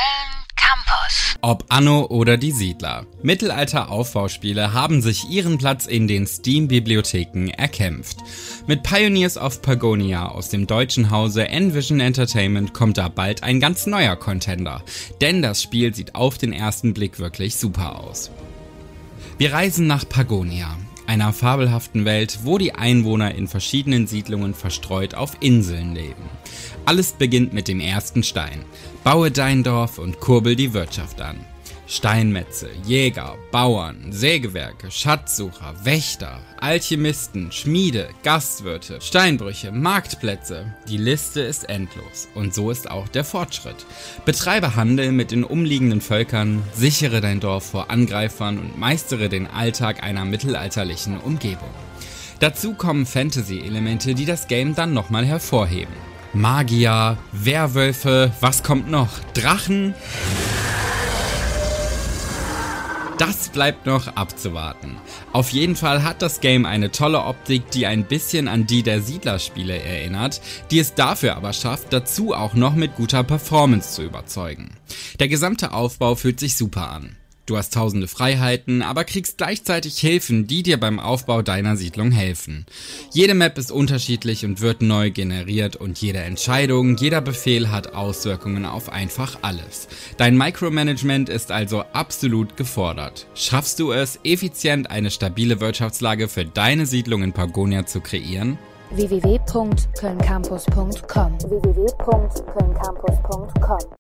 Köln Campus. Ob Anno oder die Siedler. Mittelalter-Aufbauspiele haben sich ihren Platz in den Steam-Bibliotheken erkämpft. Mit Pioneers of Pagonia aus dem deutschen Hause Envision Entertainment kommt da bald ein ganz neuer Contender, denn das Spiel sieht auf den ersten Blick wirklich super aus. Wir reisen nach Pagonia, einer fabelhaften Welt, wo die Einwohner in verschiedenen Siedlungen verstreut auf Inseln leben. Alles beginnt mit dem ersten Stein. Baue dein Dorf und kurbel die Wirtschaft an. Steinmetze, Jäger, Bauern, Sägewerke, Schatzsucher, Wächter, Alchemisten, Schmiede, Gastwirte, Steinbrüche, Marktplätze. Die Liste ist endlos und so ist auch der Fortschritt. Betreibe Handel mit den umliegenden Völkern, sichere dein Dorf vor Angreifern und meistere den Alltag einer mittelalterlichen Umgebung. Dazu kommen Fantasy-Elemente, die das Game dann nochmal hervorheben. Magier, Werwölfe, was kommt noch? Drachen? Das bleibt noch abzuwarten. Auf jeden Fall hat das Game eine tolle Optik, die ein bisschen an die der Siedlerspiele erinnert, die es dafür aber schafft, dazu auch noch mit guter Performance zu überzeugen. Der gesamte Aufbau fühlt sich super an. Du hast tausende Freiheiten, aber kriegst gleichzeitig Hilfen, die dir beim Aufbau deiner Siedlung helfen. Jede Map ist unterschiedlich und wird neu generiert und jede Entscheidung, jeder Befehl hat Auswirkungen auf einfach alles. Dein Micromanagement ist also absolut gefordert. Schaffst du es, effizient eine stabile Wirtschaftslage für deine Siedlung in Pagonia zu kreieren? www.kölncampus.com